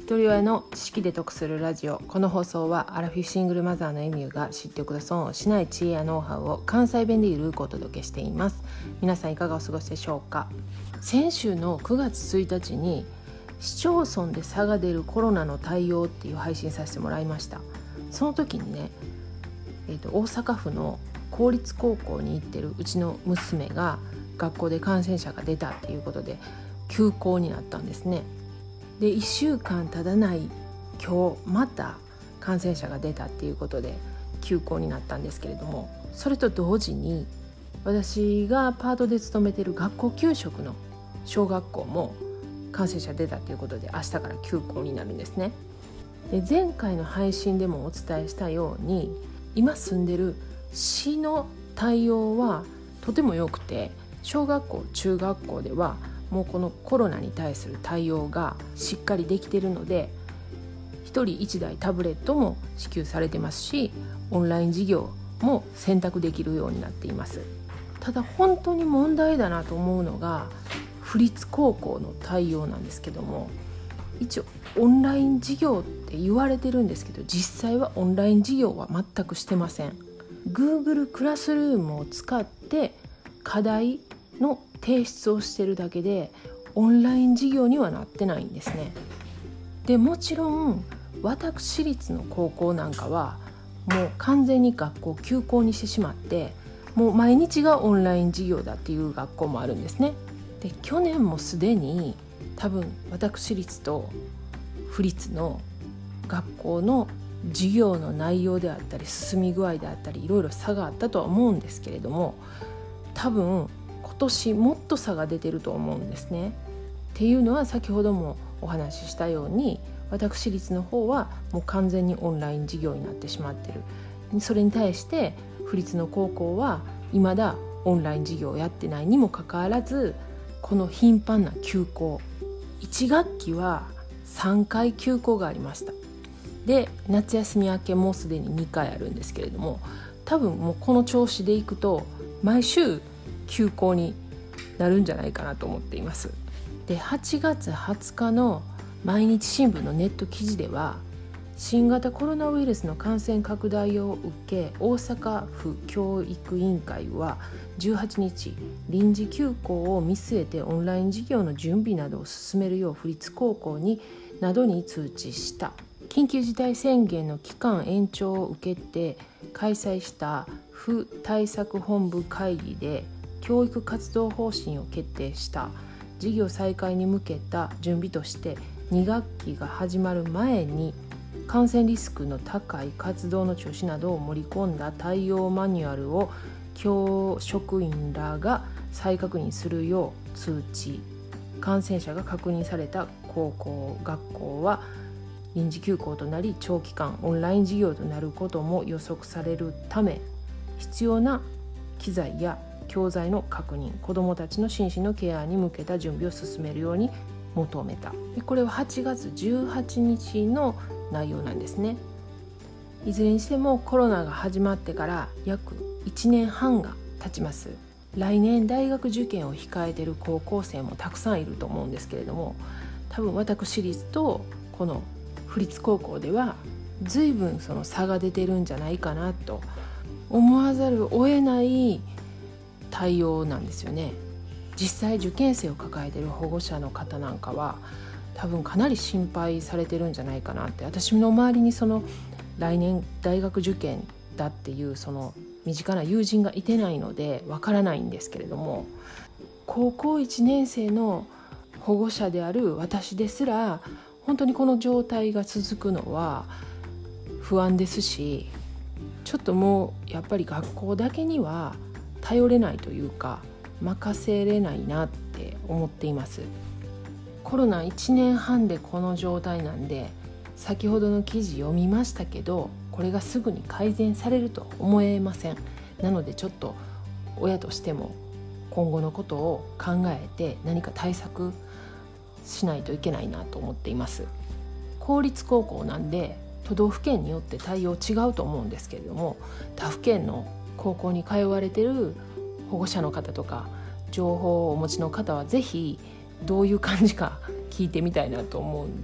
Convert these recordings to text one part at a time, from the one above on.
一人親の知識で得するラジオ。この放送はアラフィフシングルマザーのエミューが知っておくと損をしない知恵やノウハウを関西弁でゆるくお届けしています。皆さんいかがお過ごしでしょうか。先週の9月1日に市町村で差が出るコロナの対応っていう配信させてもらいました。その時にね、大阪府の公立高校に行ってるうちの娘が学校で感染者が出たっていうことで休校になったんですね。で1週間経たない今日また感染者が出たっていうことで休校になったんですけれども、それと同時に私がパートで勤めてる学校給食の小学校も感染者出たということで明日から休校になるんですね。で前回の配信でもお伝えしたように、今住んでる市の対応はとても良くて、小学校中学校ではもうこのコロナに対する対応がしっかりできているので、1人1台タブレットも支給されてますし、オンライン授業も選択できるようになっています。ただ本当に問題だなと思うのが府立高校の対応なんですけども、一応オンライン授業って言われてるんですけど、実際はオンライン授業は全くしてません。 Google クラスルームを使って課題の提出をしてるだけでオンライン授業にはなってないんですね。でもちろん私立の高校なんかはもう完全に学校休校にしてしまって、もう毎日がオンライン授業だっていう学校もあるんですね。で去年もすでに多分私立と府立の学校の授業の内容であったり進み具合であったりいろいろ差があったとは思うんですけれども、多分今年もっと差が出てると思うんですね。っていうのは先ほどもお話ししたように、私立の方はもう完全にオンライン授業になってしまってる。それに対して府立の高校は未だオンライン授業をやってないにもかかわらず、この頻繁な休校、1学期は3回休校がありました。で夏休み明けもうすでに2回あるんですけれども、多分もうこの調子でいくと毎週休校になるんじゃないかなと思っています。で8月20日の毎日新聞のネット記事では、新型コロナウイルスの感染拡大を受け、大阪府教育委員会は18日臨時休校を見据えてオンライン授業の準備などを進めるよう府立高校などに通知した。緊急事態宣言の期間延長を受けて開催した府対策本部会議で教育活動方針を決定した。授業再開に向けた準備として2学期が始まる前に感染リスクの高い活動の中止などを盛り込んだ対応マニュアルを教職員らが再確認するよう通知。感染者が確認された高校学校は臨時休校となり、長期間オンライン授業となることも予測されるため、必要な機材や教材の確認、子どもたちの心身のケアに向けた準備を進めるように求めた。これは8月18日の内容なんですね。いずれにしてもコロナが始まってから約1年半が経ちます。来年大学受験を控えている高校生もたくさんいると思うんですけれども、多分私立とこの府立高校では随分その差が出てるんじゃないかなと思わざるを得ない対応なんですよね。実際受験生を抱えている保護者の方なんかは多分かなり心配されてるんじゃないかなって。私の周りにその来年大学受験だっていうその身近な友人がいてないのでわからないんですけれども、高校1年生の保護者である私ですら本当にこの状態が続くのは不安ですし、ちょっともうやっぱり学校だけには頼れないというか任せれないなって思っています。コロナ1年半でこの状態なんで、先ほどの記事読みましたけど、これがすぐに改善されると思えません。なのでちょっと親としても今後のことを考えて何か対策しないといけないなと思っています。公立高校なんで都道府県によって対応違うと思うんですけれども、他府県の高校に通われている保護者の方とか情報をお持ちの方はぜひどういう感じか聞いてみたいなと思うんで、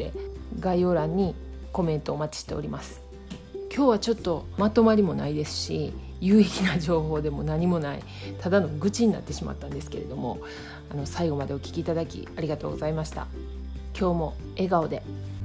概要欄にコメントお待ちしております。今日はちょっとまとまりもないですし、有益な情報でも何もない、ただの愚痴になってしまったんですけれども、最後までお聞きいただきありがとうございました。今日も笑顔で